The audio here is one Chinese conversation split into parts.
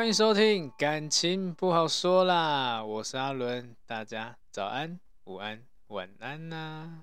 迎收听感情不好说啦，我是阿伦，大家早安、午安、晚安呐、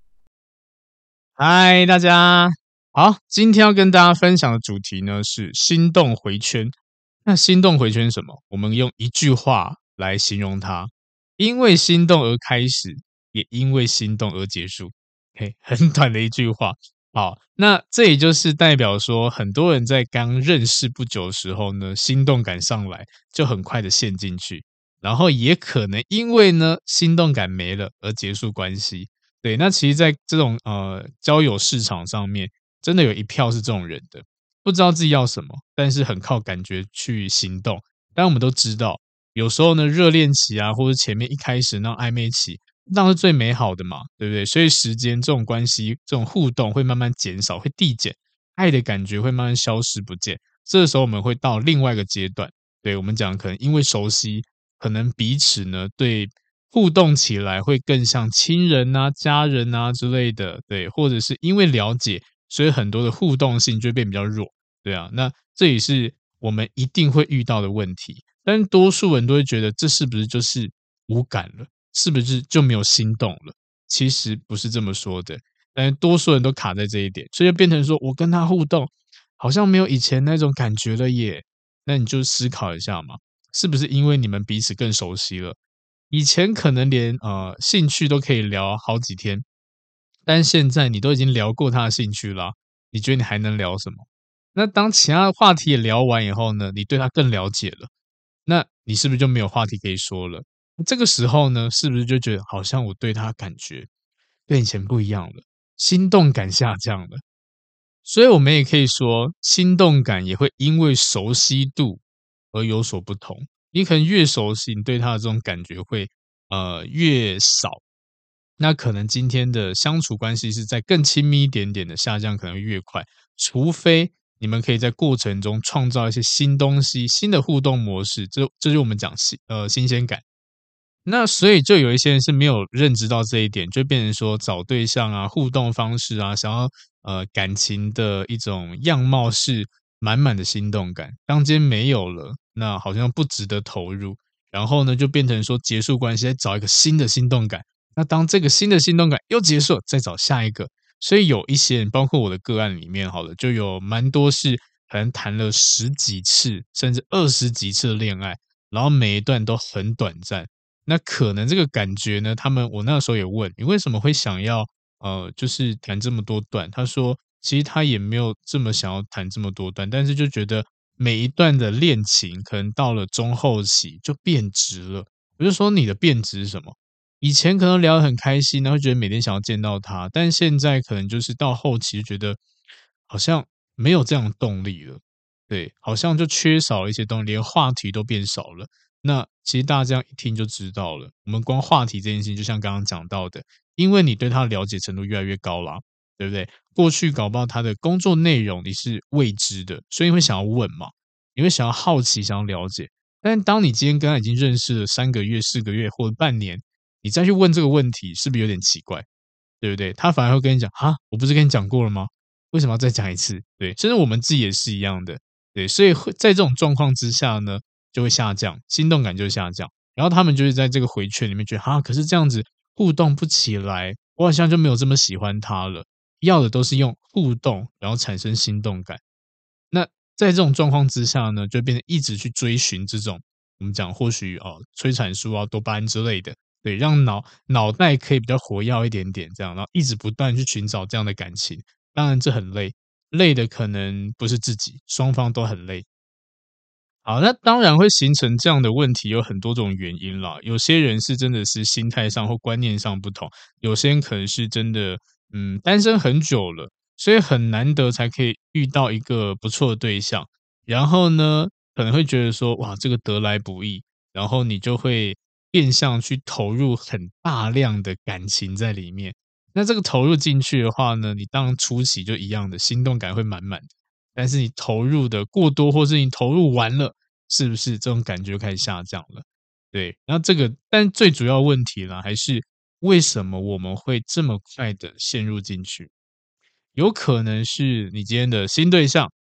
嗨，大家好！今天要跟大家分享的主题呢是心动回圈。那心动回圈是什么？我们用一句话来形容它：因为心动而开始，也因为心动而结束。嘿，很短的一句话。好，那这也就是代表说，很多人在刚认识不久的时候呢，心动感上来，就很快的陷进去，然后也可能因为呢心动感没了而结束关系。对，那其实在这种交友市场上面，真的有一票是这种人的，不知道自己要什么，但是很靠感觉去行动。但我们都知道，有时候呢，热恋期啊，或者前面一开始那种暧昧期，那是最美好的嘛，对不对？所以时间这种关系、这种互动会慢慢减少，会递减，爱的感觉会慢慢消失不见。这个时候我们会到另外一个阶段，对我们讲，可能因为熟悉，可能彼此呢对互动起来会更像亲人啊、家人啊之类的，对，或者是因为了解，所以很多的互动性就会变比较弱，对啊，那这也是我们一定会遇到的问题。但是多数人都会觉得这是不是就是无感了？是不是就没有心动了？其实不是这么说的，但是多数人都卡在这一点，所以就变成说我跟他互动，好像没有以前那种感觉了耶。那你就思考一下嘛，是不是因为你们彼此更熟悉了？以前可能连兴趣都可以聊好几天，但现在你都已经聊过他的兴趣啦，你觉得你还能聊什么？那当其他的话题也聊完以后呢，你对他更了解了，那你是不是就没有话题可以说了？这个时候呢，是不是就觉得好像我对他感觉跟以前不一样了，心动感下降了？所以我们也可以说，心动感也会因为熟悉度而有所不同。你可能越熟悉，你对他的这种感觉会越少。那可能今天的相处关系是在更亲密一点点的，下降可能会越快。除非你们可以在过程中创造一些新东西、新的互动模式，这就是我们讲新鲜感。那所以就有一些人是没有认知到这一点，就变成说找对象啊、互动方式啊，想要感情的一种样貌是满满的心动感，当今天没有了，那好像不值得投入，然后呢就变成说结束关系，再找一个新的心动感。那当这个新的心动感又结束了，再找下一个。所以有一些人，包括我的个案里面，好了，就有蛮多是可能谈了十几次甚至20几次的恋爱，然后每一段都很短暂。那可能这个感觉呢，我那个时候也问你为什么会想要就是谈这么多段？他说其实他也没有这么想要谈这么多段，但是就觉得每一段的恋情可能到了中后期就变质了。我就说你的变质是什么？以前可能聊得很开心，然后觉得每天想要见到他，但现在可能就是到后期就觉得好像没有这样的动力了，对，好像就缺少了一些东西，连话题都变少了。那其实大家这样一听就知道了，我们光话题这件事情，就像刚刚讲到的，因为你对他的了解程度越来越高啦，对不对？过去搞不好他的工作内容你是未知的，所以你会想要问嘛，你会想要好奇，想要了解。但是当你今天跟他已经认识了3个月、4个月或者半年，你再去问这个问题，是不是有点奇怪？对不对？他反而会跟你讲：“哈，我不是跟你讲过了吗？为什么要再讲一次？”对，甚至我们自己也是一样的。对，所以会在这种状况之下呢，就会下降，心动感就会下降。然后他们就是在这个回圈里面觉得：“哈，可是这样子互动不起来，我好像就没有这么喜欢他了。”要的都是用互动，然后产生心动感。那在这种状况之下呢，就变成一直去追寻这种我们讲或许催产素啊、多巴胺之类的，对，让脑袋可以比较活跃一点点，这样，然后一直不断去寻找这样的感情。当然这很累，累的可能不是自己，双方都很累。好，那当然会形成这样的问题，有很多种原因啦。有些人是真的是心态上或观念上不同，有些人可能是真的，单身很久了，所以很难得才可以遇到一个不错的对象。然后呢，可能会觉得说，哇，这个得来不易，然后你就会变相去投入很大量的感情在里面。那这个投入进去的话呢，你当然初期就一样的心动感会满满的。但是你投入的过多，或是你投入完了，是不是这种感觉就开始下降了？对，然后但最主要问题呢，还是为什么我们会这么快的陷入进去？有可能是你今天的新对象，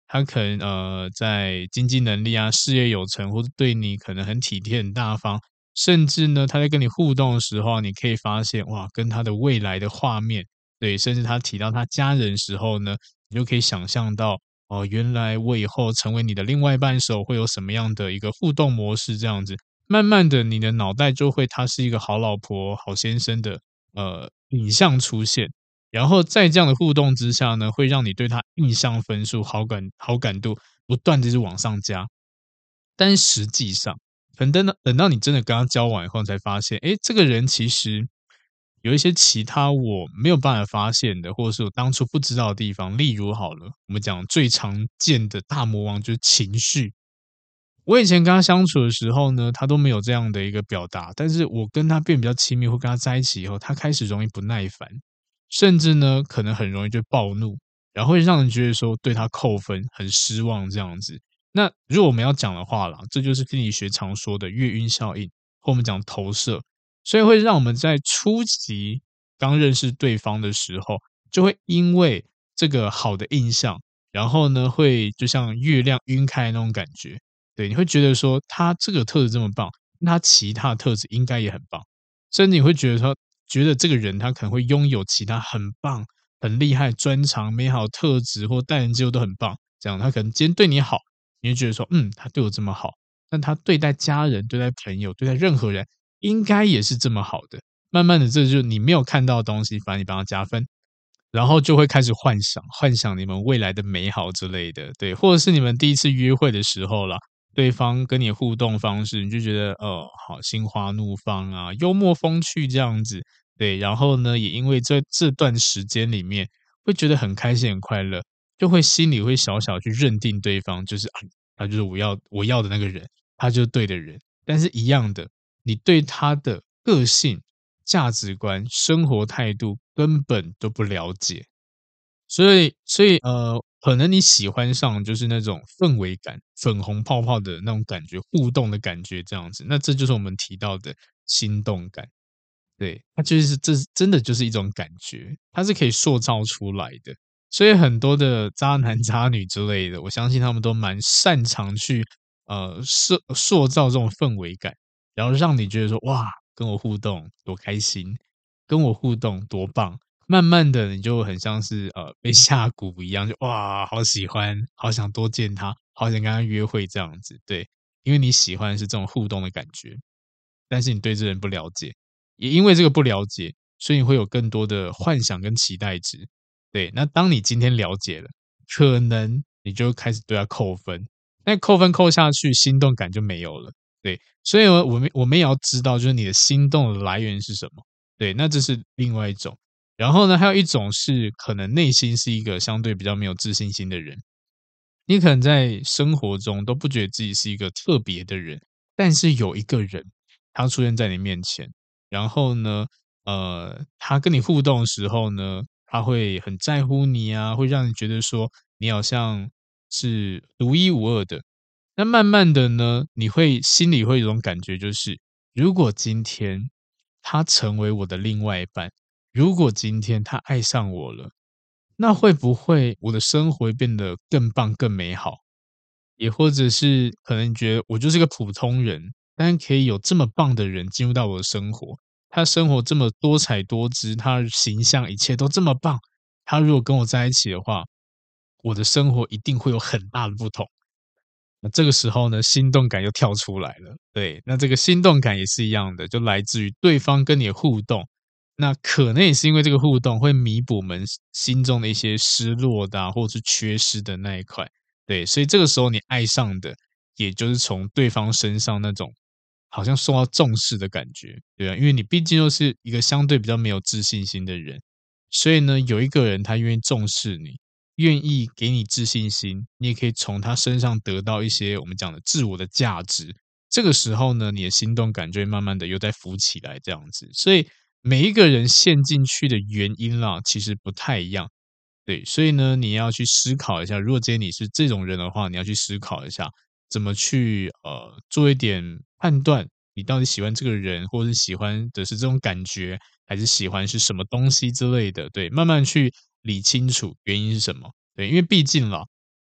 他可能在经济能力啊、事业有成，或者对你可能很体贴、很大方，甚至呢，他在跟你互动的时候，你可以发现哇，跟他的未来的画面，对，甚至他提到他家人时候呢，你就可以想象到哦，原来我以后成为你的另外一半时候会有什么样的一个互动模式，这样子，慢慢的，你的脑袋就会他是一个好老婆、好先生的影像出现。然后在这样的互动之下呢，会让你对他印象分数、好感度不断的是往上加。但是实际上，可能等到你真的跟他交往以后，才发现，诶，这个人其实有一些其他我没有办法发现的，或者是我当初不知道的地方。例如好了，我们讲最常见的大魔王就是情绪。我以前跟他相处的时候呢，他都没有这样的一个表达，但是我跟他变比较亲密，或跟他在一起以后，他开始容易不耐烦，甚至呢，可能很容易就暴怒，然后会让人觉得说对他扣分，很失望这样子。那如果我们要讲的话啦，这就是心理学常说的月晕效应，或我们讲投射，所以会让我们在初期刚认识对方的时候，就会因为这个好的印象，然后呢，会就像月亮晕开那种感觉。对，你会觉得说他这个特质这么棒，那他其他的特质应该也很棒，甚至你会觉得说，觉得这个人他可能会拥有其他很棒、很厉害专长、美好特质或待人接物都很棒。这样，他可能今天对你好，你会觉得说，他对我这么好，那他对待家人、对待朋友、对待任何人，应该也是这么好的。慢慢的，这就是你没有看到的东西，反正你帮他加分。然后就会开始幻想你们未来的美好之类的，对，或者是你们第一次约会的时候啦，对方跟你互动方式，你就觉得好心花怒放啊，幽默风趣这样子，对，然后呢，也因为这段时间里面会觉得很开心很快乐，就会心里会小小去认定对方就是他就是我要的那个人，他就是对的人，但是一样的，你对他的个性价值观、生活态度根本都不了解，所以可能你喜欢上就是那种氛围感、粉红泡泡的那种感觉、互动的感觉这样子，那这就是我们提到的心动感。对，它就是这是真的就是一种感觉，它是可以塑造出来的。所以很多的渣男渣女之类的，我相信他们都蛮擅长去塑造这种氛围感，然后让你觉得说哇，跟我互动多开心，跟我互动多棒。慢慢的，你就很像是被下蛊一样，就哇，好喜欢，好想多见他，好想跟他约会这样子。对，因为你喜欢的是这种互动的感觉，但是你对这人不了解。也因为这个不了解，所以你会有更多的幻想跟期待值。对，那当你今天了解了，可能你就开始对他扣分，那扣分扣下去，心动感就没有了。对，所以呢我们也要知道，就是你的心动的来源是什么。对，那这是另外一种。然后呢，还有一种是可能内心是一个相对比较没有自信心的人，你可能在生活中都不觉得自己是一个特别的人，但是有一个人，他出现在你面前，然后呢，他跟你互动的时候呢，他会很在乎你啊，会让你觉得说你好像是独一无二的。那慢慢的呢，你会心里会有种感觉，就是如果今天他成为我的另外一半，如果今天他爱上我了，那会不会我的生活会变得更棒、更美好？也或者是可能你觉得我就是个普通人，但是可以有这么棒的人进入到我的生活，他生活这么多彩多姿，他的形象一切都这么棒，他如果跟我在一起的话，我的生活一定会有很大的不同。那这个时候呢，心动感又跳出来了。对，那这个心动感也是一样的，就来自于对方跟你的互动。那可能也是因为这个互动会弥补我们心中的一些失落的或者是缺失的那一块。对，所以这个时候你爱上的，也就是从对方身上那种好像受到重视的感觉，对啊，因为你毕竟又是一个相对比较没有自信心的人，所以呢，有一个人他愿意重视你，愿意给你自信心，你也可以从他身上得到一些我们讲的自我的价值。这个时候呢，你的心动感就会慢慢的又在浮起来，这样子。所以每一个人陷进去的原因啦，其实不太一样。对，所以呢，你要去思考一下，如果今天你是这种人的话，你要去思考一下，怎么去做一点判断，你到底喜欢这个人，或者是喜欢的是这种感觉，还是喜欢是什么东西之类的。对，慢慢去理清楚原因是什么。对，因为毕竟啦，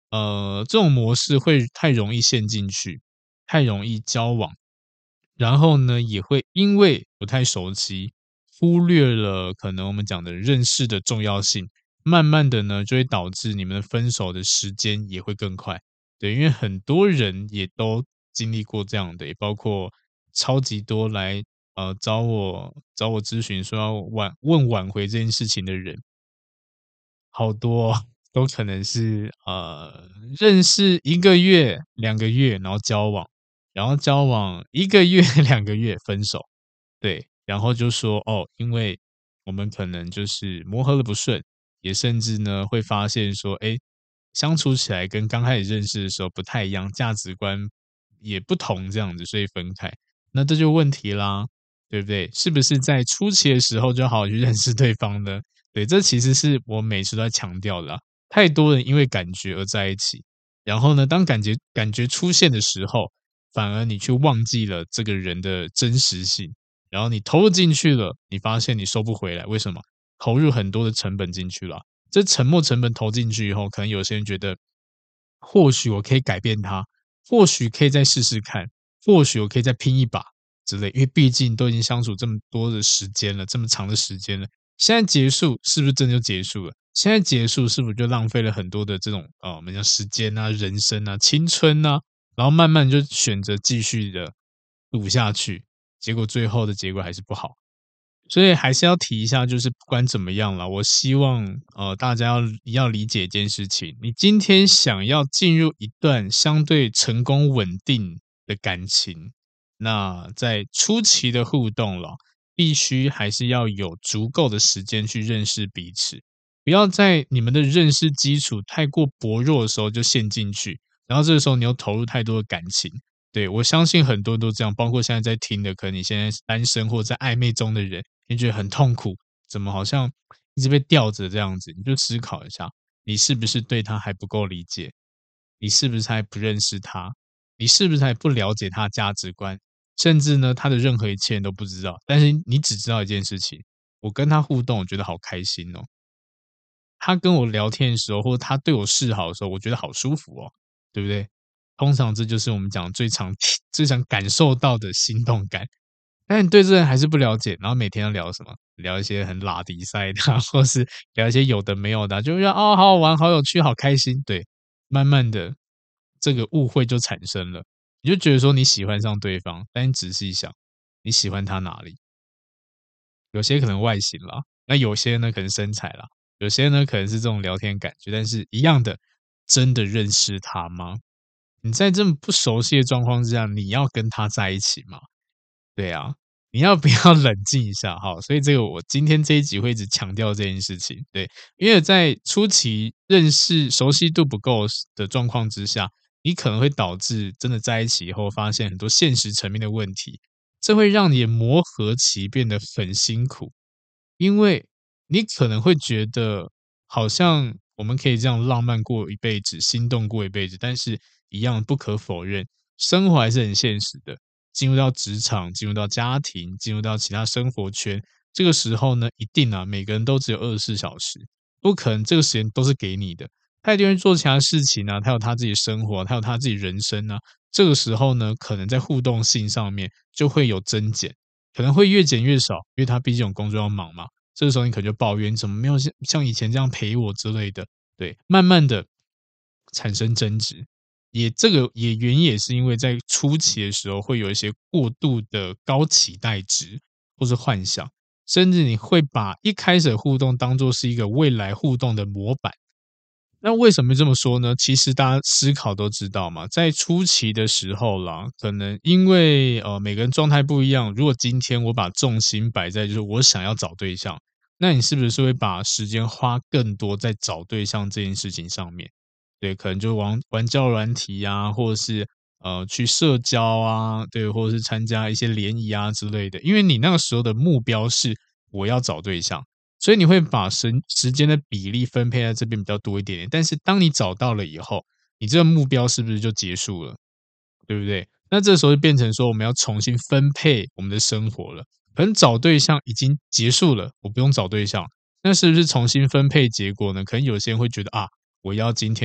这种模式会太容易陷进去，太容易交往，然后呢，也会因为不太熟悉，忽略了可能我们讲的认识的重要性，慢慢的呢，就会导致你们分手的时间也会更快。对，因为很多人也都经历过这样的，也包括超级多来找我咨询说要挽回这件事情的人，好多哦都可能是认识1个月、2个月，然后交往，然后交往1个月、2个月分手。对，然后就说哦，因为我们可能就是磨合的不顺，也甚至呢会发现说，哎，相处起来跟刚开始认识的时候不太一样，价值观也不同，这样子，所以分开。那这就问题啦，对不对？是不是在初期的时候就好好去认识对方呢？对，这其实是我每次都在强调的啦。太多人因为感觉而在一起，然后呢，当感觉出现的时候，反而你却忘记了这个人的真实性。然后你投入进去了，你发现你收不回来，为什么？投入很多的成本进去了，这沉没成本投进去以后，可能有些人觉得，或许我可以改变他，或许可以再试试看，或许我可以再拼一把之类，因为毕竟都已经相处这么多的时间了，这么长的时间了，现在结束是不是真的就结束了？现在结束是不是就浪费了很多的这种我们讲时间啊、人生啊、青春啊，然后慢慢就选择继续的赌下去，结果最后的结果还是不好。所以还是要提一下，就是不管怎么样啦，我希望大家要理解一件事情，你今天想要进入一段相对成功稳定的感情，那在初期的互动了，必须还是要有足够的时间去认识彼此，不要在你们的认识基础太过薄弱的时候就陷进去，然后这个时候你又投入太多的感情。对，我相信很多人都这样，包括现在在听的，可能你现在是单身或者在暧昧中的人，你觉得很痛苦，怎么好像一直被吊着这样子？你就思考一下，你是不是对他还不够理解？你是不是还不认识他？你是不是还不了解他的价值观？甚至呢，他的任何一切你都不知道，但是你只知道一件事情：我跟他互动，我觉得好开心哦。他跟我聊天的时候，或者他对我示好的时候，我觉得好舒服哦，对不对？通常这就是我们讲最常感受到的心动感。但你对这人还是不了解，然后每天要聊什么？聊一些很拉迪赛的啊，或是聊一些有的没有的啊，就觉得哦，好好玩，好有趣，好开心。对，慢慢的这个误会就产生了，你就觉得说你喜欢上对方，但你仔细想，你喜欢他哪里？有些可能外形啦，那有些呢可能身材啦，有些呢可能是这种聊天感觉，但是一样的，真的认识他吗？你在这么不熟悉的状况之下，你要跟他在一起吗？对啊，你要不要冷静一下？哈，所以这个我今天这一集会一直强调这件事情，对，因为在初期认识熟悉度不够的状况之下，你可能会导致真的在一起以后，发现很多现实层面的问题，这会让你的磨合期变得很辛苦，因为你可能会觉得好像我们可以这样浪漫过一辈子，心动过一辈子，但是一样不可否认，生活还是很现实的。进入到职场、进入到家庭、进入到其他生活圈，这个时候呢，一定啊，每个人都只有24小时，不可能这个时间都是给你的。他一定会做其他事情啊，他有他自己的生活，他有他自己人生啊。这个时候呢，可能在互动性上面就会有增减，可能会越减越少，因为他毕竟有工作要忙嘛。这个时候你可能就抱怨，你怎么没有像以前这样陪我之类的。对，慢慢的产生争执，这个原因也是因为在初期的时候会有一些过度的高期待值或是幻想，甚至你会把一开始的互动当做是一个未来互动的模板。那为什么这么说呢？其实大家思考都知道嘛，在初期的时候啦，可能因为每个人状态不一样，如果今天我把重心摆在就是我想要找对象，那你是不是会把时间花更多在找对象这件事情上面？对，可能就玩交友软体啊，或者是去社交啊，对，或者是参加一些联谊啊之类的。因为你那个时候的目标是我要找对象，所以你会把时间的比例分配在这边比较多一点点。但是当你找到了以后，你这个目标是不是就结束了？对不对？那这时候就变成说，我们要重新分配我们的生活了。可能找对象已经结束了，我不用找对象，那是不是重新分配结果呢？可能有些人会觉得啊，我要今天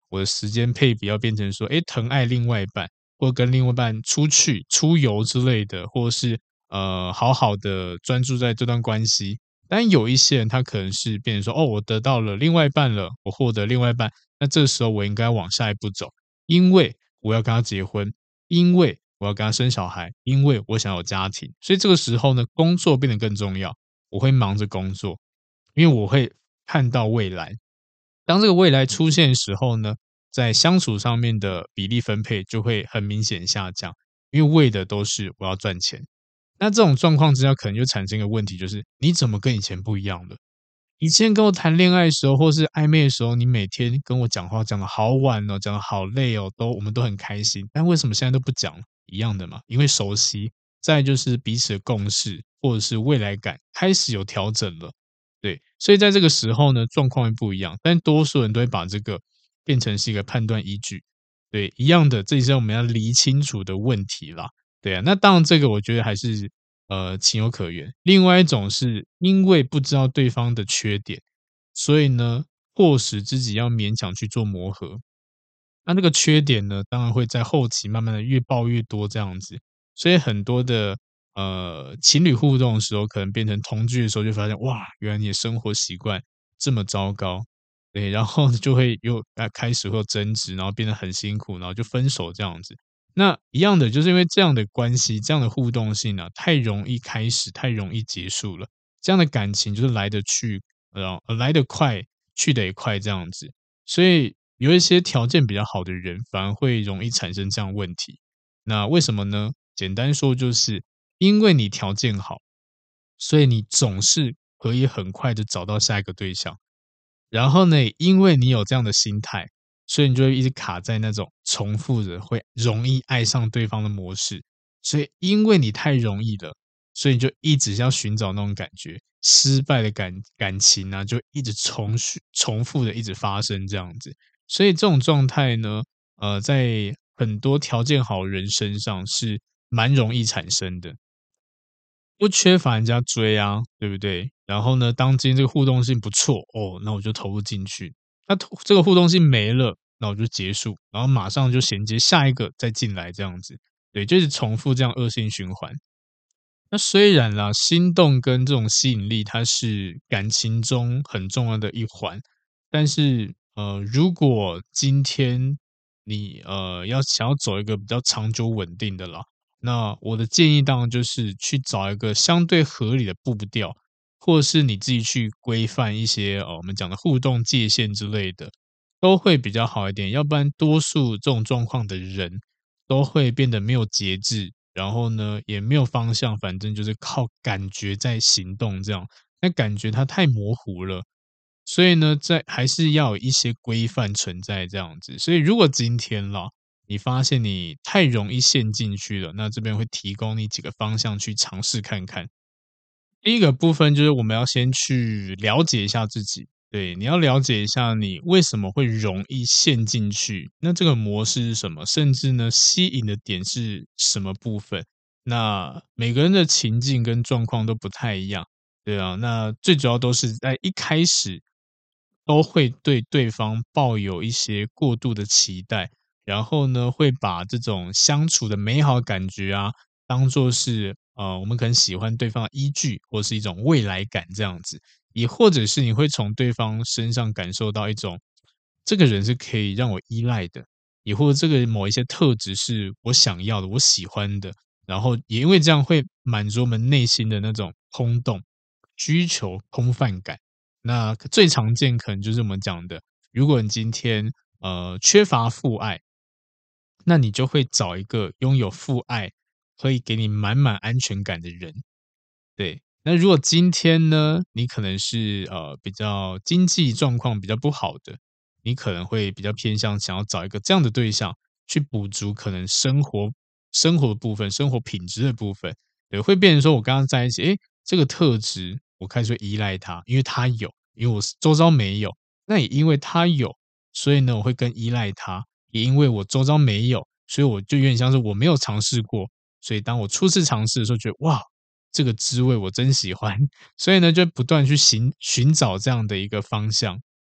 我的时间配比要变成说，疼爱另外一半，或跟另外一半出去出游之类的，或者是好好的专注在这段关系。但有一些人他可能是变成说，我得到了另外一半了，我获得另外一半，那这时候我应该往下一步走，因为我要跟他结婚，因为我要跟他生小孩，因为我想有家庭，所以这个时候呢，工作变得更重要。我会忙着工作，因为我会看到未来。当这个未来出现的时候呢，在相处上面的比例分配就会很明显下降，因为为的都是我要赚钱。那这种状况之下，可能就产生一个问题，就是你怎么跟以前不一样了？以前跟我谈恋爱的时候，或是暧昧的时候，你每天跟我讲话讲的好晚哦，讲的好累哦，我们都很开心。但为什么现在都不讲了？一样的嘛，因为熟悉，再来就是彼此的共识或者是未来感开始有调整了。对，所以在这个时候呢，状况会不一样，但多数人都会把这个变成是一个判断依据。对，一样的，这也是我们要理清楚的问题啦。对啊，那当然这个我觉得还是情有可原。另外一种是因为不知道对方的缺点，所以呢，迫使自己要勉强去做磨合。那个缺点呢，当然会在后期慢慢的越爆越多这样子。所以很多的情侣互动的时候，可能变成同居的时候，就发现哇，原来你的生活习惯这么糟糕。对，然后就会开始会有争执，然后变得很辛苦，然后就分手这样子。那一样的，就是因为这样的关系，这样的互动性啊，太容易开始，太容易结束了。这样的感情就是来得去，来得快，去得也快这样子。所以有一些条件比较好的人，反而会容易产生这样问题。那为什么呢？简单说就是因为你条件好，所以你总是可以很快的找到下一个对象。然后呢，因为你有这样的心态，所以你就会一直卡在那种重复的会容易爱上对方的模式。所以因为你太容易了，所以你就一直要寻找那种感觉，失败的感情啊，就一直重复的一直发生这样子。所以这种状态呢，在很多条件好的人身上是蛮容易产生的。不缺乏人家追啊，对不对？然后呢，当今天这个互动性不错哦，那我就投入进去。那这个互动性没了，那我就结束，然后马上就衔接下一个再进来，这样子，对，就是重复这样恶性循环。那虽然啦，心动跟这种吸引力，它是感情中很重要的一环，但是如果今天你想要走一个比较长久稳定的啦，那我的建议当然就是去找一个相对合理的步调，或者是你自己去规范一些我们讲的互动界限之类的，都会比较好一点。要不然，多数这种状况的人都会变得没有节制，然后呢也没有方向，反正就是靠感觉在行动这样。那感觉它太模糊了，所以呢，还是要有一些规范存在这样子。所以如果今天啦，你发现你太容易陷进去了，那这边会提供你几个方向去尝试看看。第一个部分就是我们要先去了解一下自己，对，你要了解一下你为什么会容易陷进去，那这个模式是什么，甚至呢，吸引的点是什么部分。那每个人的情境跟状况都不太一样，对啊，那最主要都是在一开始都会对对方抱有一些过度的期待，然后呢，会把这种相处的美好感觉啊，当做是我们可能喜欢对方的依据，或是一种未来感这样子，也或者是你会从对方身上感受到一种这个人是可以让我依赖的，也或者这个某一些特质是我想要的、我喜欢的，然后也因为这样会满足我们内心的那种空洞、需求、空泛感。那最常见可能就是我们讲的，如果你今天缺乏父爱，那你就会找一个拥有父爱，可以给你满满安全感的人。对，那如果今天呢，你可能是比较经济状况比较不好的，你可能会比较偏向想要找一个这样的对象，去补足可能生活的部分、生活品质的部分。对，会变成说我刚刚在一起，诶，这个特质我开始会依赖他，因为他有，因为我周遭没有，那也因为他有，所以呢，我会更依赖他。也因为我周遭没有，所以我就有点像是我没有尝试过，所以当我初次尝试的时候，觉得哇，这个滋味我真喜欢，所以呢，就不断去寻找这样的一个方向。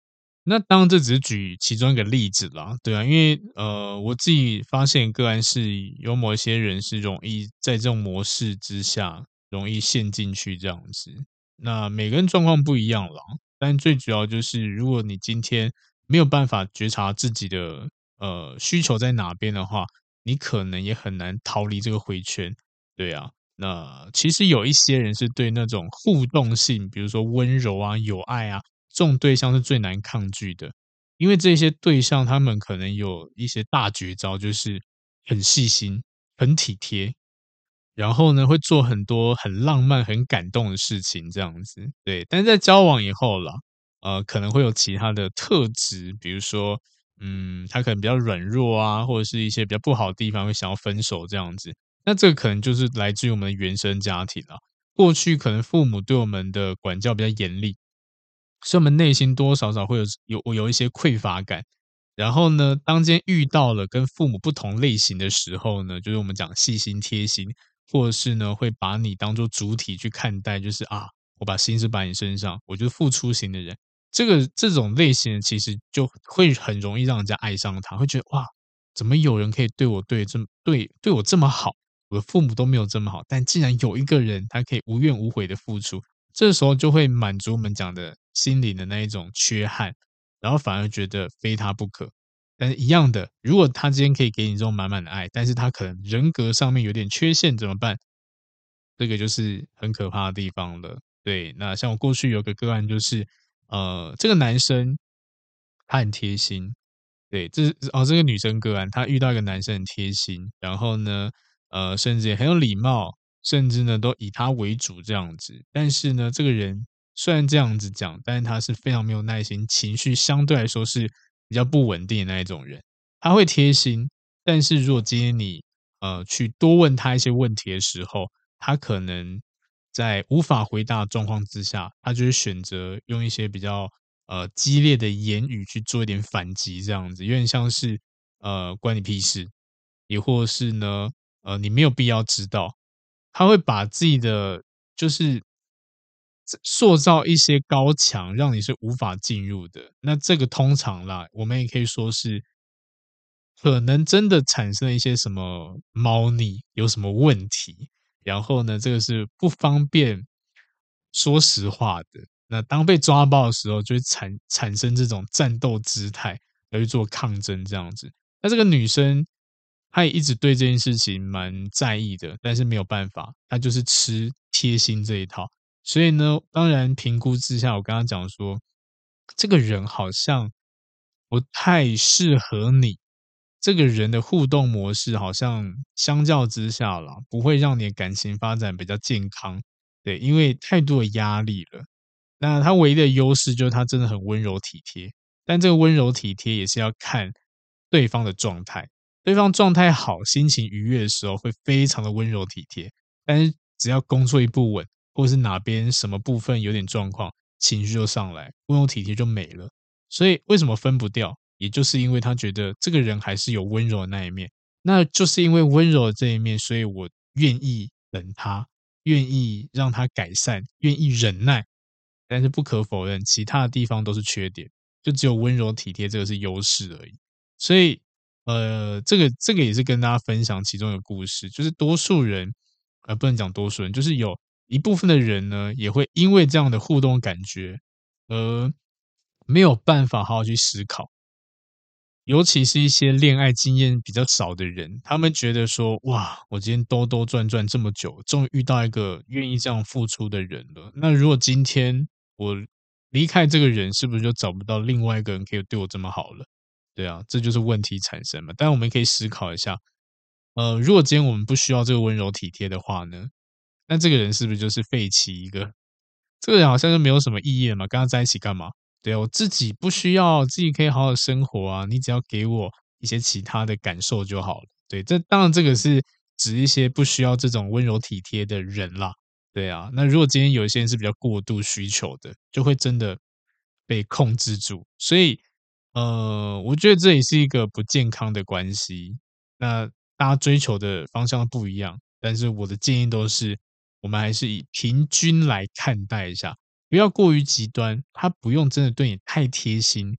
那当然这只是举其中一个例子啦，对啊，因为我自己发现个案是有某一些人是容易在这种模式之下容易陷进去这样子。那每个人状况不一样啦，但最主要就是如果你今天没有办法觉察自己的需求在哪边的话，你可能也很难逃离这个回圈。对啊，那其实有一些人是对那种互动性，比如说温柔啊、有爱啊，这种对象是最难抗拒的。因为这些对象他们可能有一些大绝招，就是很细心、很体贴，然后呢，会做很多很浪漫、很感动的事情，这样子。对，但是在交往以后啦，可能会有其他的特质，比如说，他可能比较软弱啊，或者是一些比较不好的地方，会想要分手这样子。那这个可能就是来自于我们的原生家庭啊，过去可能父母对我们的管教比较严厉，所以我们内心多多少少会有一些匮乏感。然后呢，当今天遇到了跟父母不同类型的时候呢，就是我们讲细心贴心，或者是呢会把你当做主体去看待，就是啊，我把心思摆你身上，我就是付出型的人。这种类型的其实就会很容易让人家爱上他，会觉得哇，怎么有人可以对我这么好？我的父母都没有这么好，但竟然有一个人他可以无怨无悔的付出，这时候就会满足我们讲的心灵的那一种缺憾，然后反而觉得非他不可。但是一样的，如果他今天可以给你这种满满的爱，但是他可能人格上面有点缺陷怎么办？这个就是很可怕的地方了。对，那像我过去有个个案就是，这个男生他很贴心，对，这个女生个案，她遇到一个男生很贴心，然后呢，甚至也很有礼貌，甚至呢都以他为主这样子。但是呢，这个人虽然这样子讲，但是他是非常没有耐心，情绪相对来说是比较不稳定的那一种人。他会贴心，但是如果今天你去多问他一些问题的时候，他可能在无法回答的状况之下，他就会选择用一些比较激烈的言语去做一点反击，这样子有点像是关你屁事，也或是呢你没有必要知道，他会把自己的就是塑造一些高墙，让你是无法进入的。那这个通常啦，我们也可以说是可能真的产生了一些什么猫腻，有什么问题，然后呢，这个是不方便说实话的。那当被抓包的时候，就会产生这种战斗姿态，来去做抗争这样子。那这个女生，她也一直对这件事情蛮在意的，但是没有办法，她就是吃贴心这一套。所以呢，当然评估之下，我跟她讲说，这个人好像不太适合你。这个人的互动模式好像相较之下啦，不会让你的感情发展比较健康。对，因为太多的压力了。那他唯一的优势就是他真的很温柔体贴，但这个温柔体贴也是要看对方的状态。对方状态好、心情愉悦的时候，会非常的温柔体贴。但是只要工作一不稳，或是哪边什么部分有点状况，情绪就上来，温柔体贴就没了。所以为什么分不掉？也就是因为他觉得这个人还是有温柔的那一面，那就是因为温柔的这一面，所以我愿意等他，愿意让他改善，愿意忍耐。但是不可否认，其他的地方都是缺点，就只有温柔体贴这个是优势而已。所以，这个也是跟大家分享其中的故事，就是多数人，不能讲多数人，就是有一部分的人呢，也会因为这样的互动感觉，而没有办法好好去思考。尤其是一些恋爱经验比较少的人，他们觉得说：“哇，我今天兜兜转转这么久，终于遇到一个愿意这样付出的人了。那如果今天我离开这个人，是不是就找不到另外一个人可以对我这么好了？”对啊，这就是问题产生嘛。但我们可以思考一下，如果今天我们不需要这个温柔体贴的话呢，那这个人是不是就是废弃一个？这个人好像就没有什么意义了嘛，跟他在一起干嘛？对啊，我自己不需要，自己可以好好生活啊，你只要给我一些其他的感受就好了。对，这当然这个是指一些不需要这种温柔体贴的人啦。对啊，那如果今天有一些人是比较过度需求的，就会真的被控制住。所以，我觉得这也是一个不健康的关系。那大家追求的方向不一样，但是我的建议都是，我们还是以平均来看待一下。不要过于极端，他不用真的对你太贴心，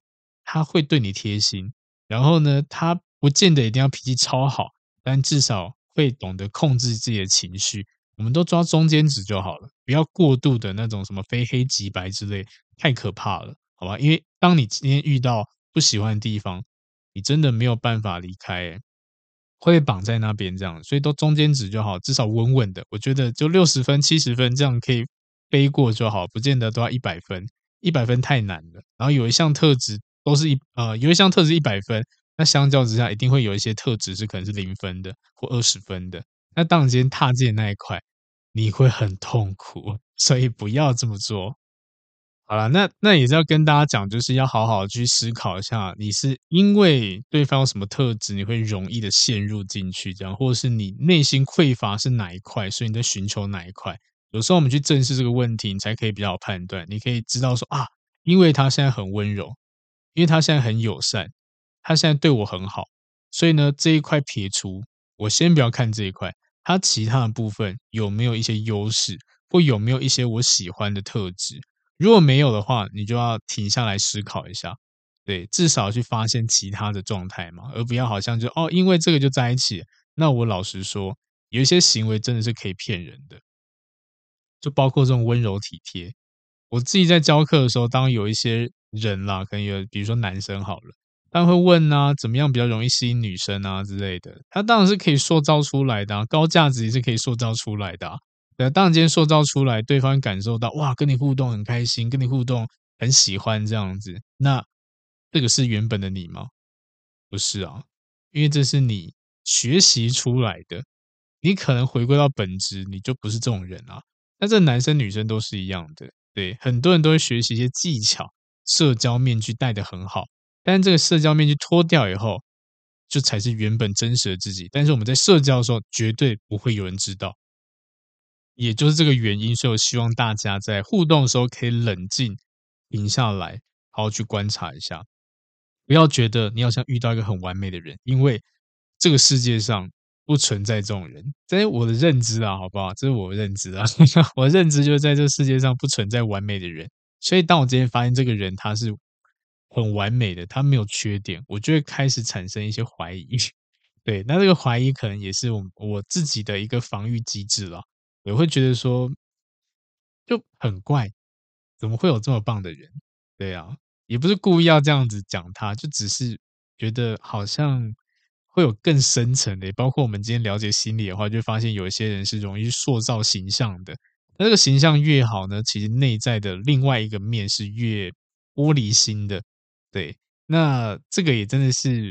他会对你贴心，然后呢，他不见得一定要脾气超好，但至少会懂得控制自己的情绪。我们都抓中间值就好了，不要过度的那种什么非黑即白之类，太可怕了，好吧？因为当你今天遇到不喜欢的地方，你真的没有办法离开、会被绑在那边这样，所以都中间值就好，至少稳稳的。我觉得就60分、70分这样可以飞过就好，不见得都要100分，100分太难了。然后有一项特质都是有一项特质100分，那相较之下一定会有一些特质是可能是0分的或20分的。那当你今天踏进那一块，你会很痛苦，所以不要这么做。好了，那也是要跟大家讲，就是要好好去思考一下，你是因为对方有什么特质，你会容易的陷入进去，这样，或者是你内心匮乏是哪一块，所以你在寻求哪一块。有时候我们去正视这个问题，你才可以比较好判断。你可以知道说啊，因为他现在很温柔，因为他现在很友善，他现在对我很好，所以呢这一块撇除，我先不要看这一块，他其他的部分有没有一些优势，或有没有一些我喜欢的特质。如果没有的话，你就要停下来思考一下，对，至少去发现其他的状态嘛，而不要好像就因为这个就在一起。那我老实说，有一些行为真的是可以骗人的，就包括这种温柔体贴。我自己在教课的时候，当有一些人啦，可能有比如说男生好了，他们会问啊，怎么样比较容易吸引女生啊之类的，他当然是可以塑造出来的高价值也是可以塑造出来的对啊，当然今天塑造出来，对方感受到哇，跟你互动很开心，跟你互动很喜欢这样子，那这个是原本的你吗？不是啊，因为这是你学习出来的，你可能回归到本质，你就不是这种人啊。那这男生女生都是一样的，对，很多人都会学习一些技巧，社交面具戴得很好，但是这个社交面具脱掉以后，就才是原本真实的自己。但是我们在社交的时候，绝对不会有人知道。也就是这个原因，所以我希望大家在互动的时候可以冷静、停下来，好好去观察一下，不要觉得你好像遇到一个很完美的人，因为这个世界上不存在这种人。在我的认知啊，好不好？这是我的认知啊，我的认知就是在这个世界上不存在完美的人。所以当我今天发现这个人他是很完美的，他没有缺点，我就会开始产生一些怀疑。对，那这个怀疑可能也是我自己的一个防御机制了。我会觉得说，就很怪，怎么会有这么棒的人？对啊，也不是故意要这样子讲他，就只是觉得好像会有更深层的，包括我们今天了解心理的话，就发现有一些人是容易塑造形象的。那这个形象越好呢，其实内在的另外一个面是越玻璃心的。对，那这个也真的是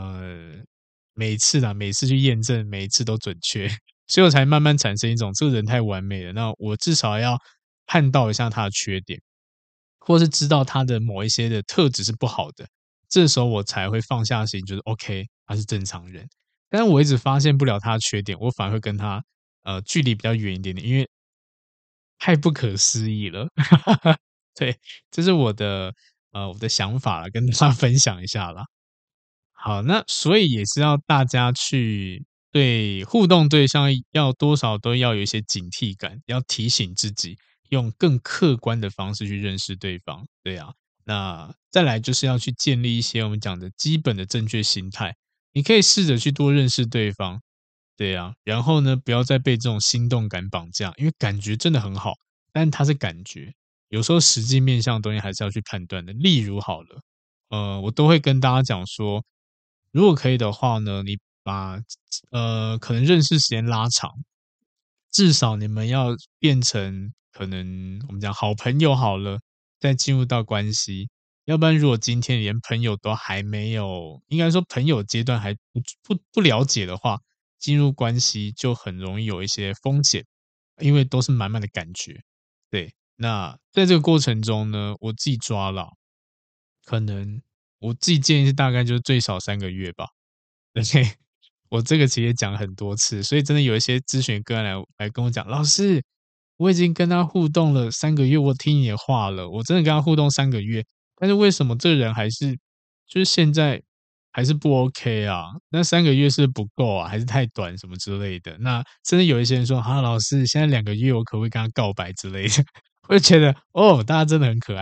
每次去验证，每一次都准确。所以我才慢慢产生一种这个人太完美了，那我至少要看到一下他的缺点，或是知道他的某一些的特质是不好的，这时候我才会放下心，就是 OK，他是正常人。但是我一直发现不了他的缺点，我反而会跟他距离比较远一点点，因为太不可思议了。对，这是我的想法了，跟大家分享一下啦。好，那所以也是要大家去对互动对象要多少都要有一些警惕感，要提醒自己用更客观的方式去认识对方。对啊，那再来就是要去建立一些我们讲的基本的正确心态。你可以试着去多认识对方，对啊，然后呢，不要再被这种心动感绑架，因为感觉真的很好，但它是感觉，有时候实际面向的东西还是要去判断的。例如好了。我都会跟大家讲说，如果可以的话呢，你把可能认识时间拉长，至少你们要变成可能我们讲好朋友好了，再进入到关系。要不然，如果今天连朋友都还没有，应该说朋友阶段还不了解的话，进入关系就很容易有一些风险，因为都是满满的感觉。对，那在这个过程中呢，我自己抓了。可能我自己建议是大概就是最少3个月吧。对，我这个其实也讲了很多次，所以真的有一些咨询个案来跟我讲，老师，我已经跟他互动了3个月，我听你的话了，我真的跟他互动3个月，但是为什么这个人还是就是现在还是不 OK 啊？那3个月是不够啊，还是太短什么之类的？那甚至有一些人说，啊，老师，现在2个月我可不可以跟他告白之类的？我就觉得大家真的很可爱。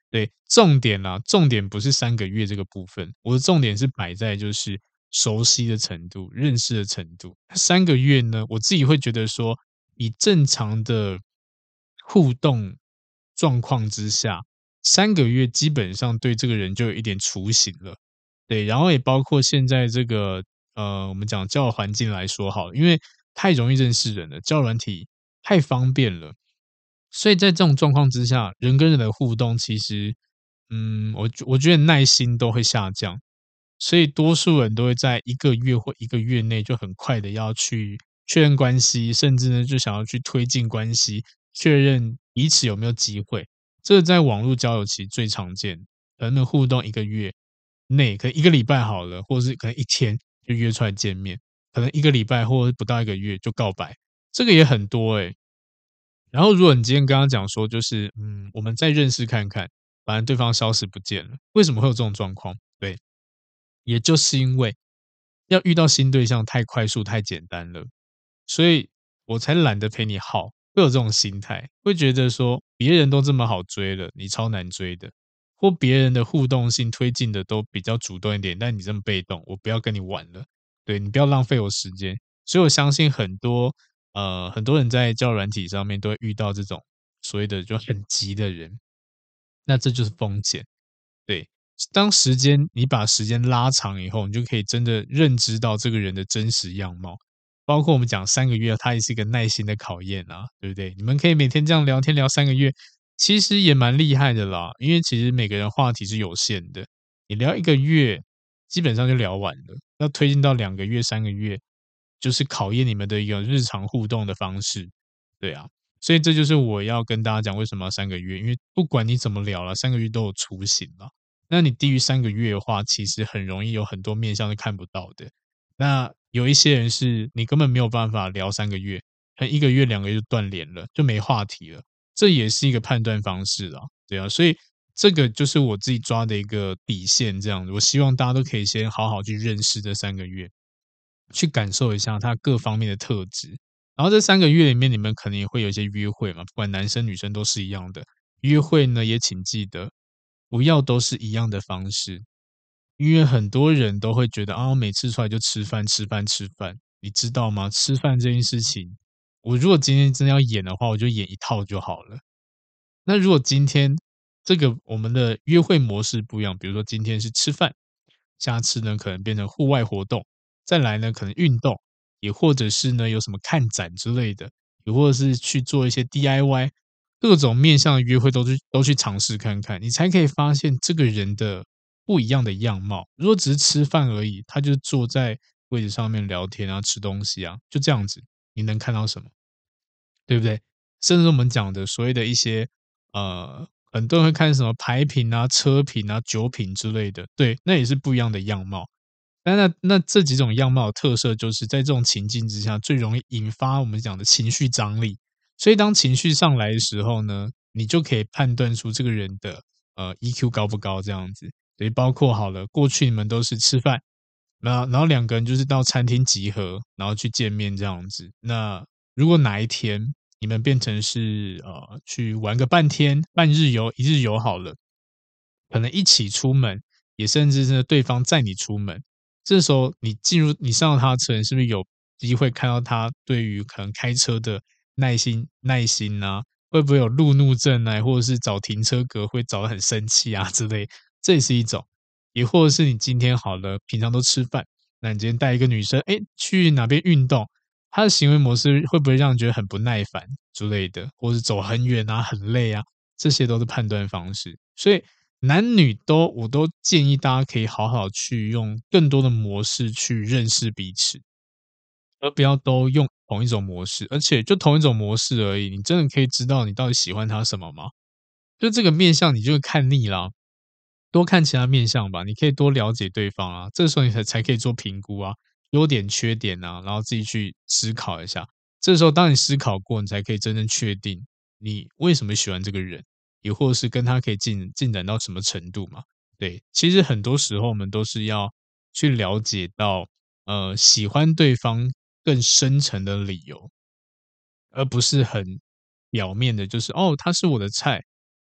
对，重点啦，重点不是3个月这个部分，我的重点是摆在就是熟悉的程度、认识的程度。3个月呢，我自己会觉得说，以正常的互动状况之下3个月基本上对这个人就有一点雏形了。对，然后也包括现在这个我们讲交友环境来说好了，因为太容易认识人了，交友软体太方便了。所以在这种状况之下，人跟人的互动其实，我觉得耐心都会下降，所以多数人都会在1个月或1个月内就很快的要去确认关系，甚至呢就想要去推进关系，确认彼此有没有机会。这个在网络交友其实最常见，可能互动1个月内，可能1个礼拜好了，或者是可能1天就约出来见面，可能1个礼拜或者不到1个月就告白，这个也很多然后如果你今天跟他讲说，就是我们再认识看看，反正对方消失不见了，为什么会有这种状况？对，也就是因为要遇到新对象太快速、太简单了，所以我才懒得陪你耗，会有这种心态，会觉得说别人都这么好追了，你超难追的，或别人的互动性推进的都比较主动一点，但你这么被动，我不要跟你玩了，对你不要浪费我时间。所以我相信很多人在交友软体上面都会遇到这种所谓的就很急的人，那这就是风险。对，当你把时间拉长以后，你就可以真的认知到这个人的真实样貌。包括我们讲3个月，它也是一个耐心的考验啊，对不对？你们可以每天这样聊天聊3个月，其实也蛮厉害的啦。因为其实每个人话题是有限的，你聊1个月，基本上就聊完了。要推进到2个月、3个月，就是考验你们的一个日常互动的方式。对啊，所以这就是我要跟大家讲为什么要三个月，因为不管你怎么聊了3个月都有雏形了。那你低于3个月的话，其实很容易有很多面向是看不到的。那有一些人是你根本没有办法聊3个月，可能1个月、2个月就断联了，就没话题了，这也是一个判断方式啊，对啊。所以这个就是我自己抓的一个底线这样子，我希望大家都可以先好好去认识这3个月，去感受一下他各方面的特质。然后这3个月里面，你们可能也会有一些约会嘛，不管男生女生都是一样的。约会呢，也请记得不要都是一样的方式，因为很多人都会觉得啊，每次出来就吃饭、吃饭、吃饭，你知道吗？吃饭这件事情，我如果今天真的要演的话，我就演一套就好了。那如果今天这个我们的约会模式不一样，比如说今天是吃饭，下次呢可能变成户外活动，再来呢可能运动，也或者是呢有什么看展之类的，也或者是去做一些 DIY，各种面向的约会都去尝试看看，你才可以发现这个人的不一样的样貌。如果只是吃饭而已，他就坐在位置上面聊天啊、吃东西啊，就这样子，你能看到什么？对不对？甚至我们讲的所谓的一些很多人会看什么牌品啊、车品啊、酒品之类的，对，那也是不一样的样貌。那这几种样貌的特色，就是在这种情境之下，最容易引发我们讲的情绪张力。所以当情绪上来的时候呢，你就可以判断出这个人的EQ 高不高这样子。所以包括好了，过去你们都是吃饭，然后2个人就是到餐厅集合，然后去见面这样子。那如果哪一天你们变成是去玩个半天、半日游、1日游好了，可能一起出门，也甚至是对方载你出门。这时候你上了他的车，你是不是有机会看到他对于可能开车的耐心啊？会不会有路怒症啊？或者是找停车格会找得很生气啊之类，这也是一种。也或者是你今天好了，平常都吃饭，那你今天带一个女生，去哪边运动，她的行为模式会不会让你觉得很不耐烦之类的，或是走很远啊、很累啊，这些都是判断方式。所以我都建议大家可以好好去用更多的模式去认识彼此，而不要都用同一种模式，而且就同一种模式而已，你真的可以知道你到底喜欢他什么吗？就这个面相，你就会看腻啦，多看其他面相吧，你可以多了解对方啊，这时候你才可以做评估啊，优点缺点啊，然后自己去思考一下。这时候当你思考过，你才可以真正确定你为什么喜欢这个人，也或是跟他可以进展到什么程度嘛。对，其实很多时候我们都是要去了解到，喜欢对方更深层的理由，而不是很表面的，就是哦，他是我的菜，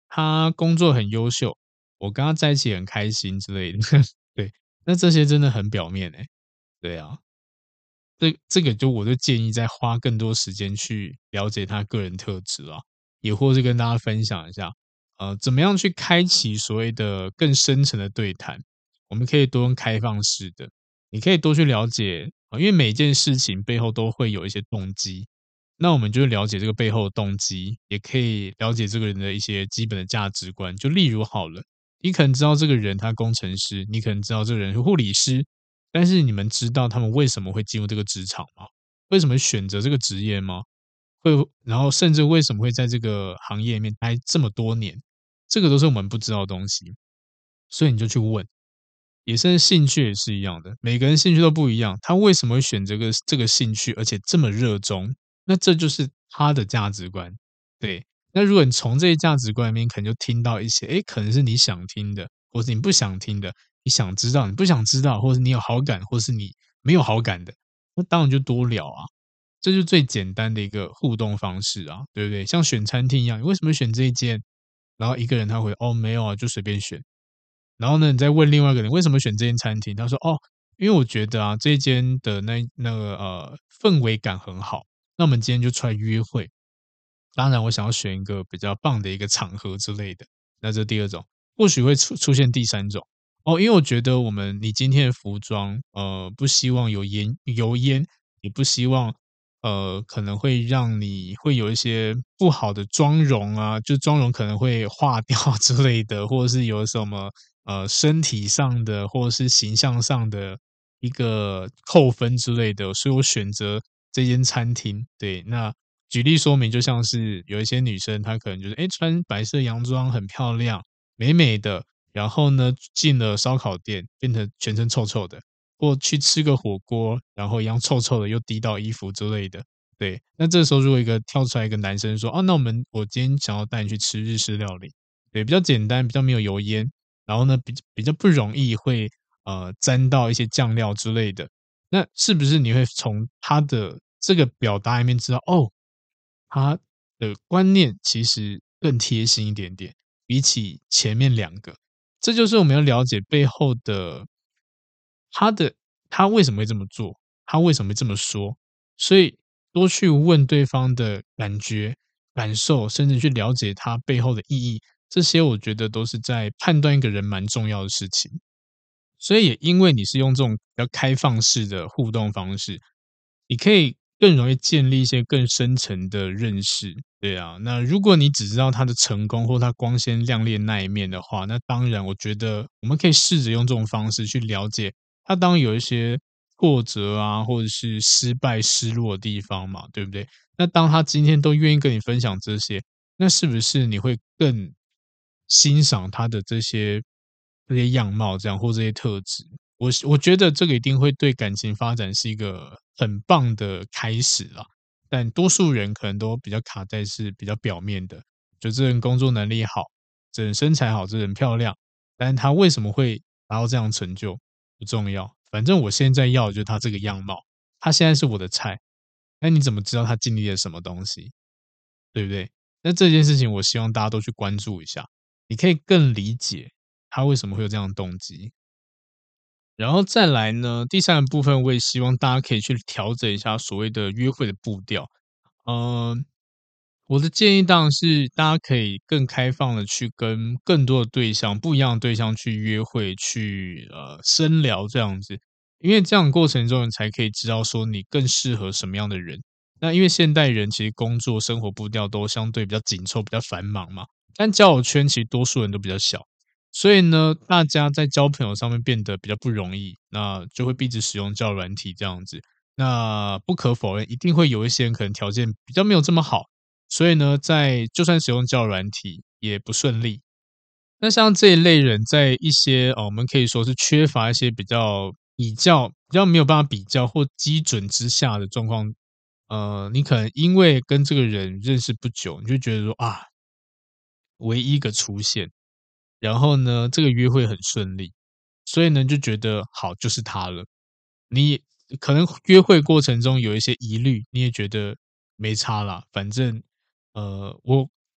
他工作很优秀，我跟他在一起很开心之类的。对，那这些真的很表面对啊。这个我就建议再花更多时间去了解他个人特质啊，也或是跟大家分享一下，怎么样去开启所谓的更深层的对谈。我们可以多用开放式的，你可以多去了解因为每件事情背后都会有一些动机，那我们就了解这个背后的动机，也可以了解这个人的一些基本的价值观。就例如好了，你可能知道这个人他工程师，你可能知道这个人是护理师，但是你们知道他们为什么会进入这个职场吗？为什么选择这个职业吗？会然后甚至为什么会在这个行业里面待这么多年？这个都是我们不知道的东西，所以你就去问。也甚至兴趣也是一样的，每个人兴趣都不一样，他为什么会选这个兴趣，而且这么热衷？那这就是他的价值观。对，那如果你从这些价值观里面，可能就听到一些，可能是你想听的，或是你不想听的，你想知道，你不想知道，或是你有好感，或是你没有好感的，那当然就多聊啊。这就是最简单的一个互动方式啊，对不对？像选餐厅一样，你为什么选这一间？然后一个人他会哦没有啊，就随便选。然后呢，你再问另外一个人为什么选这间餐厅，他说哦，因为我觉得啊这间的那个氛围感很好，那我们今天就出来约会。当然，我想要选一个比较棒的一个场合之类的。那这第二种，或许会出现第三种哦，因为我觉得你今天的服装，不希望有油烟，也不希望可能会让你会有一些不好的妆容啊，就妆容可能会化掉之类的，或者是有什么身体上的或者是形象上的一个扣分之类的，所以我选择这间餐厅。对，那举例说明，就像是有一些女生，她可能就是穿白色洋装很漂亮，美美的，然后呢进了烧烤店，变成全身臭臭的，或去吃个火锅，然后一样臭臭的，又滴到衣服之类的。对，那这时候如果跳出来一个男生说："哦，那我今天想要带你去吃日式料理。"对，比较简单，比较没有油烟，然后呢比较不容易会沾到一些酱料之类的。那是不是你会从他的这个表达里面知道，哦，他的观念其实更贴心一点点，比起前面两个。这就是我们要了解背后的他的他为什么会这么做，他为什么会这么说，所以多去问对方的感觉、感受，甚至去了解他背后的意义，这些我觉得都是在判断一个人蛮重要的事情。所以也因为你是用这种比较开放式的互动方式，你可以更容易建立一些更深层的认识，对啊。那如果你只知道他的成功或他光鲜亮丽的那一面的话，那当然我觉得我们可以试着用这种方式去了解他当有一些挫折啊，或者是失败、失落的地方嘛，对不对？那当他今天都愿意跟你分享这些，那是不是你会更欣赏他的这些样貌，这样或这些特质？我觉得这个一定会对感情发展是一个很棒的开始啦。但多数人可能都比较卡在是比较表面的，就这人工作能力好，这人身材好，这人漂亮，但是他为什么会达到这样成就不重要，反正我现在要的就是他这个样貌，他现在是我的菜，那你怎么知道他经历了什么东西？对不对？那这件事情我希望大家都去关注一下，你可以更理解他为什么会有这样的动机。然后再来呢，第三个部分，我也希望大家可以去调整一下所谓的约会的步调。嗯，我的建议当然是大家可以更开放的去跟更多的对象、不一样的对象去约会，去深聊这样子。因为这样的过程中，你才可以知道说你更适合什么样的人。那因为现代人其实工作生活步调都相对比较紧凑、比较繁忙嘛，但交友圈其实多数人都比较小。所以呢，大家在交朋友上面变得比较不容易，那就会一直使用交友软体这样子。那不可否认，一定会有一些人可能条件比较没有这么好，所以呢，就算使用交友软体也不顺利。那像这一类人，在一些我们可以说是缺乏一些比较没有办法比较或基准之下的状况，你可能因为跟这个人认识不久，你就觉得说啊，唯一一个出现。然后呢，这个约会很顺利，所以呢就觉得好就是他了。你也可能约会过程中有一些疑虑，你也觉得没差啦，反正我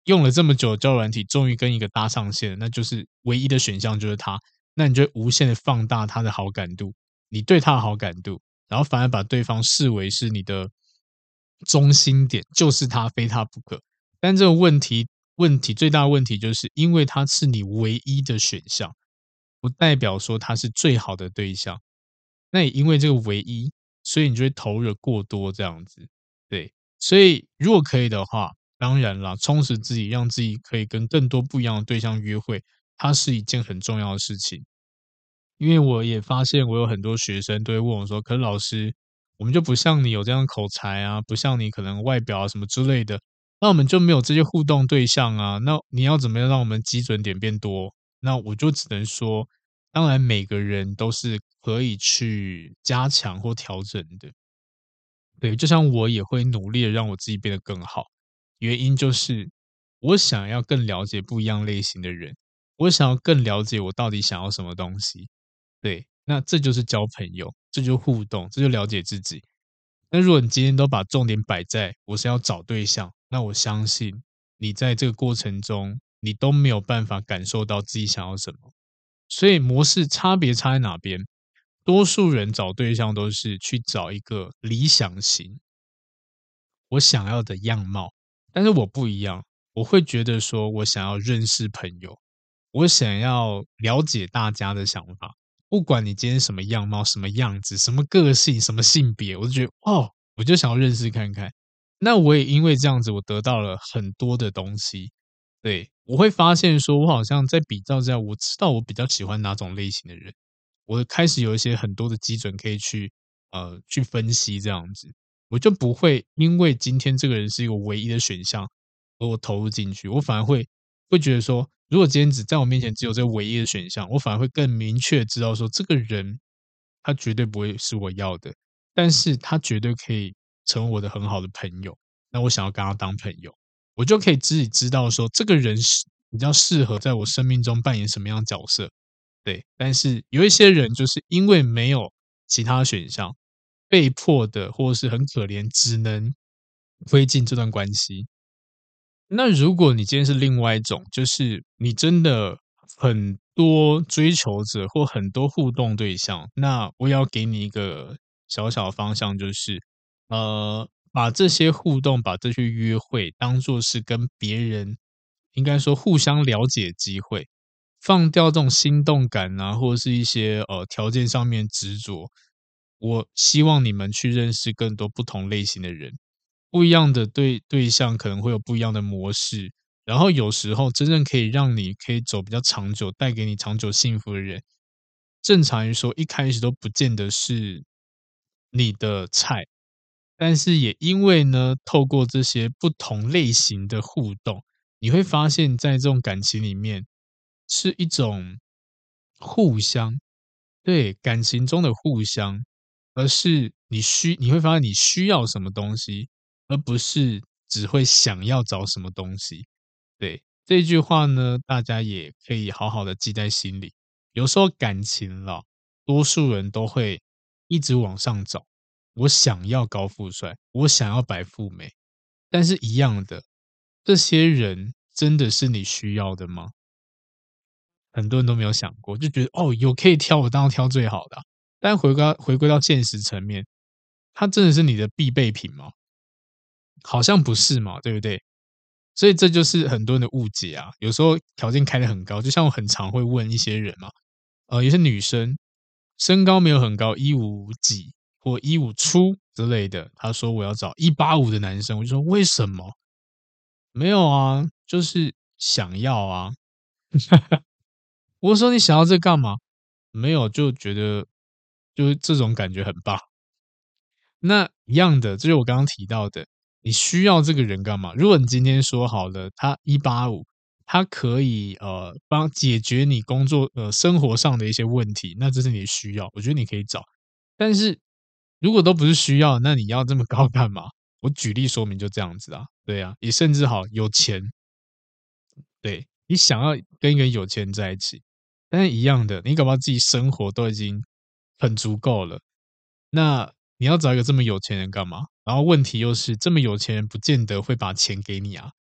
用了这么久的交友软体，终于跟一个搭上线了，那就是唯一的选项就是他，那你就会无限的放大他的好感度，你对他的好感度，然后反而把对方视为是你的中心点，就是他非他不可。但这个问题最大的问题就是因为他是你唯一的选项，不代表说他是最好的对象。那也因为这个唯一，所以你就会投入过多这样子。对，所以如果可以的话，当然啦，充实自己，让自己可以跟更多不一样的对象约会，它是一件很重要的事情。因为我也发现，我有很多学生都会问我说：“可是老师，我们就不像你有这样的口才啊，不像你可能外表啊什么之类的，那我们就没有这些互动对象啊。那你要怎么样让我们基准点变多？”那我就只能说，当然每个人都是可以去加强或调整的。对，就像我也会努力的让我自己变得更好，原因就是我想要更了解不一样类型的人，我想要更了解我到底想要什么东西。对，那这就是交朋友，这就互动，这就了解自己。那如果你今天都把重点摆在我是要找对象，那我相信你在这个过程中，你都没有办法感受到自己想要什么。所以模式差别差在哪边？多数人找对象都是去找一个理想型，我想要的样貌，但是我不一样，我会觉得说我想要认识朋友，我想要了解大家的想法，不管你今天什么样貌、什么样子、什么个性、什么性别，我就觉得哦，我就想要认识看看。那我也因为这样子，我得到了很多的东西。对，我会发现说，我好像在比较之下，我知道我比较喜欢哪种类型的人，我开始有一些很多的基准可以去分析这样子。我就不会因为今天这个人是一个唯一的选项，而我投入进去，我反而会觉得说，如果今天在我面前只有这个唯一的选项，我反而会更明确地知道说，这个人他绝对不会是我要的，但是他绝对可以成为我的很好的朋友。那我想要跟他当朋友，我就可以自己知道说，这个人是比较适合在我生命中扮演什么样的角色。对，但是有一些人就是因为没有其他选项，被迫的或是很可怜，只能推进这段关系。那如果你今天是另外一种，就是你真的很多追求者或很多互动对象，那我也要给你一个小小的方向，就是把这些互动、把这些约会当做是跟别人应该说互相了解的机会，放掉这种心动感啊，或者是一些条件上面执着。我希望你们去认识更多不同类型的人。不一样的对象可能会有不一样的模式，然后有时候真正可以让你可以走比较长久，带给你长久幸福的人，正常于说一开始都不见得是你的菜，但是也因为呢，透过这些不同类型的互动，你会发现在这种感情里面是一种互相，对，感情中的互相，而是你会发现你需要什么东西，而不是只会想要找什么东西。对，这句话呢，大家也可以好好的记在心里。有时候感情啦，多数人都会一直往上找，我想要高富帅，我想要白富美，但是一样的，这些人真的是你需要的吗？很多人都没有想过，就觉得哦，有可以挑，我当然挑最好的啊。但回归到现实层面，它真的是你的必备品吗？好像不是嘛，对不对？所以这就是很多人的误解啊。有时候条件开得很高，就像我很常会问一些人嘛，有些女生身高没有很高150几或150出之类的，她说我要找185的男生，我就说为什么？没有啊，就是想要啊。我说你想要这干嘛？没有，就觉得就是这种感觉很棒。那一样的，这就是我刚刚提到的，你需要这个人干嘛？如果你今天说好了，他185，他可以帮解决你工作生活上的一些问题，那这是你的需要，我觉得你可以找。但是如果都不是需要，那你要这么高干嘛？我举例说明就这样子啊，对啊，也甚至好有钱，对你想要跟一个有钱人在一起，但是一样的，你搞不好自己生活都已经很足够了，那你要找一个这么有钱人干嘛？然后问题又是这么有钱人不见得会把钱给你啊，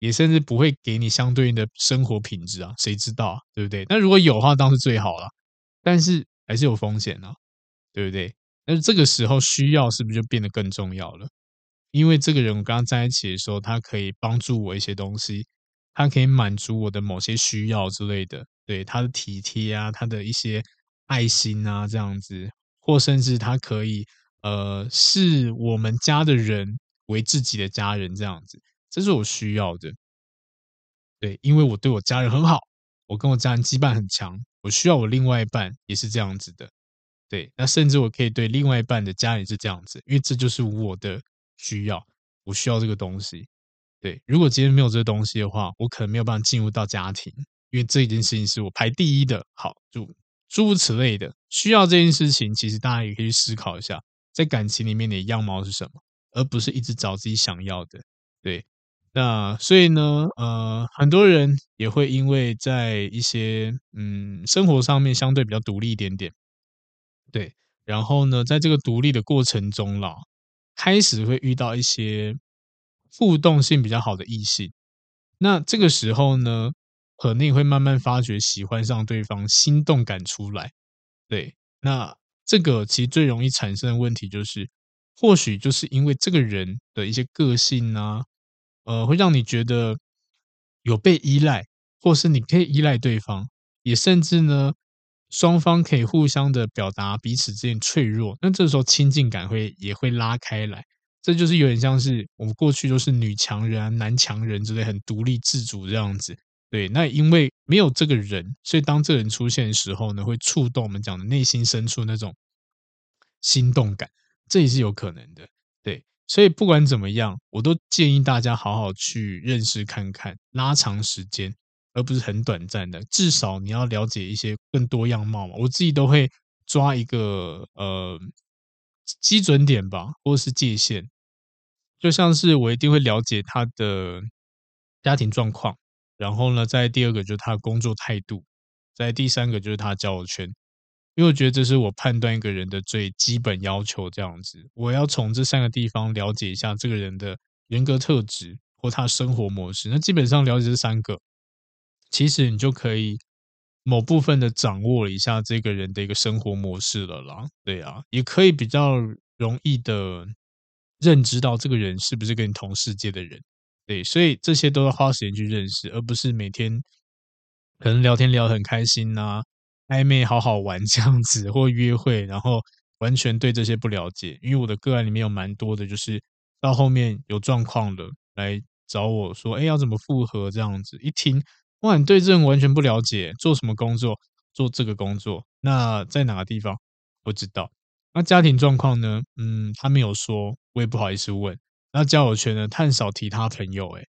也甚至不会给你相对应的生活品质啊，谁知道啊，对不对？那如果有的话，当然是最好了，但是还是有风险啊，对不对？那这个时候需要是不是就变得更重要了？因为这个人我跟他在一起的时候，他可以帮助我一些东西，他可以满足我的某些需要之类的，对，他的体贴啊，他的一些爱心啊，这样子，或甚至他可以视我们家的人为自己的家人这样子，这是我需要的。对，因为我对我家人很好，我跟我家人羁绊很强，我需要我另外一半也是这样子的。对，那甚至我可以对另外一半的家人是这样子，因为这就是我的需要，我需要这个东西。对，如果今天没有这个东西的话，我可能没有办法进入到家庭，因为这一件事情是我排第一的。好，就诸如此类的，需要这件事情，其实大家也可以去思考一下，在感情里面你的样貌是什么，而不是一直找自己想要的。对，那所以呢，很多人也会因为在一些生活上面相对比较独立一点点，对，然后呢，在这个独立的过程中啦，开始会遇到一些互动性比较好的异性。那这个时候呢，可能也会慢慢发觉喜欢上对方，心动感出来。对，那这个其实最容易产生的问题就是，或许就是因为这个人的一些个性啊，会让你觉得有被依赖，或是你可以依赖对方，也甚至呢，双方可以互相的表达彼此之间脆弱，那这时候亲近感也会拉开来。这就是有点像是我们过去都是女强人啊、男强人之类，很独立自主这样子。对，那因为没有这个人，所以当这个人出现的时候呢，会触动我们讲的内心深处那种心动感，这也是有可能的。对，所以不管怎么样，我都建议大家好好去认识看看，拉长时间，而不是很短暂的。至少你要了解一些更多样貌嘛。我自己都会抓一个基准点吧，或是界限。就像是我一定会了解他的家庭状况，然后呢，在第二个就是他的工作态度，在第三个就是他的交友圈。因为我觉得这是我判断一个人的最基本要求，这样子。我要从这三个地方了解一下这个人的人格特质或他的生活模式。那基本上了解这三个，其实你就可以某部分的掌握了一下这个人的一个生活模式了啦。对啊，也可以比较容易的认知到这个人是不是跟你同世界的人。对，所以这些都要花时间去认识，而不是每天可能聊天聊得很开心呐、暧昧好好玩这样子，或约会，然后完全对这些不了解。因为我的个案里面有蛮多的，就是到后面有状况了，来找我说："哎，要怎么复合？"这样子，一听，哇，你对这人完全不了解，做什么工作？做这个工作，那在哪个地方？不知道。那家庭状况呢？他没有说，我也不好意思问。那交友圈呢？他很少提他朋友、欸，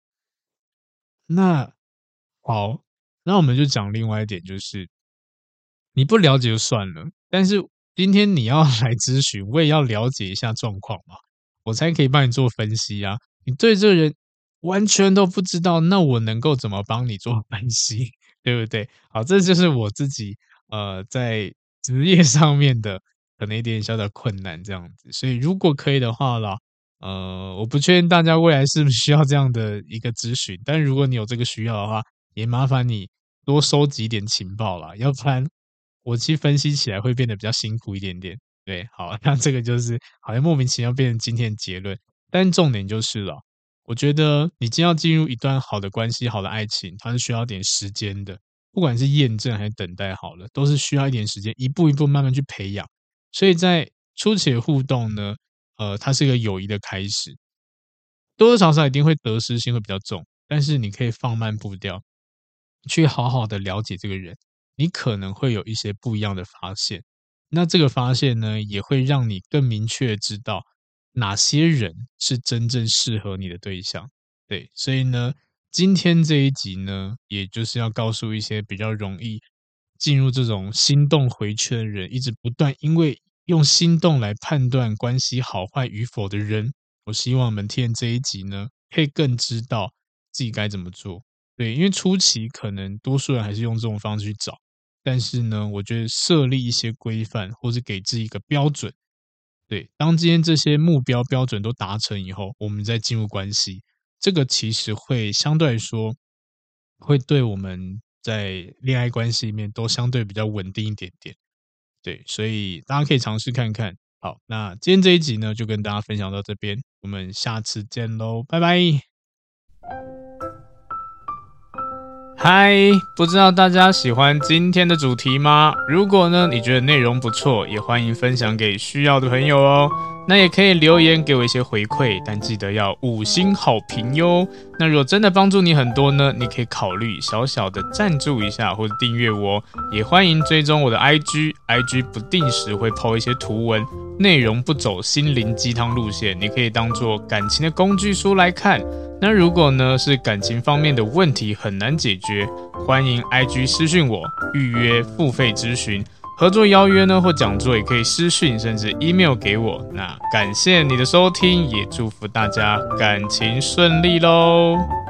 那好，那我们就讲另外一点，就是你不了解就算了，但是今天你要来咨询，我也要了解一下状况嘛，我才可以帮你做分析啊。你对这个人完全都不知道，那我能够怎么帮你做分析，对不对？好，这就是我自己在职业上面的可能一点小小困难这样子。所以如果可以的话啦，我不确定大家未来是不是需要这样的一个咨询，但如果你有这个需要的话，也麻烦你多收集一点情报啦，要不然我其实分析起来会变得比较辛苦一点点。对，好，那这个就是好像莫名其妙变成今天的结论，但重点就是了，我觉得你今天要进入一段好的关系、好的爱情，它是需要点时间的，不管是验证还是等待好了，都是需要一点时间，一步一步慢慢去培养。所以在初期的互动呢，它是一个友谊的开始，多多少少一定会得失心会比较重，但是你可以放慢步调，去好好的了解这个人，你可能会有一些不一样的发现。那这个发现呢，也会让你更明确地知道哪些人是真正适合你的对象。对，所以呢，今天这一集呢，也就是要告诉一些比较容易进入这种心动回圈的人，一直不断因为用心动来判断关系好坏与否的人，我希望我们听这一集呢，可以更知道自己该怎么做。对，因为初期可能多数人还是用这种方式去找，但是呢，我觉得设立一些规范，或是给自己一个标准。对，当今天这些目标标准都达成以后，我们再进入关系， 这个其实会相对来说，会对我们在恋爱关系里面都相对比较稳定一点点。对，所以大家可以尝试看看。好，那今天这一集呢，就跟大家分享到这边，我们下次见喽，拜拜。嗨，不知道大家喜欢今天的主题吗？如果呢，你觉得内容不错，也欢迎分享给需要的朋友哦。那也可以留言给我一些回馈，但记得要5星好评哟。那如果真的帮助你很多呢，你可以考虑小小的赞助一下或者订阅我，也欢迎追踪我的 IG 不定时会 po 一些图文，内容不走心灵鸡汤路线，你可以当做感情的工具书来看。那如果呢是感情方面的问题很难解决，欢迎 IG 私讯我预约付费咨询。合作邀约呢或讲座也可以私讯甚至 email 给我。那感谢你的收听，也祝福大家感情顺利咯。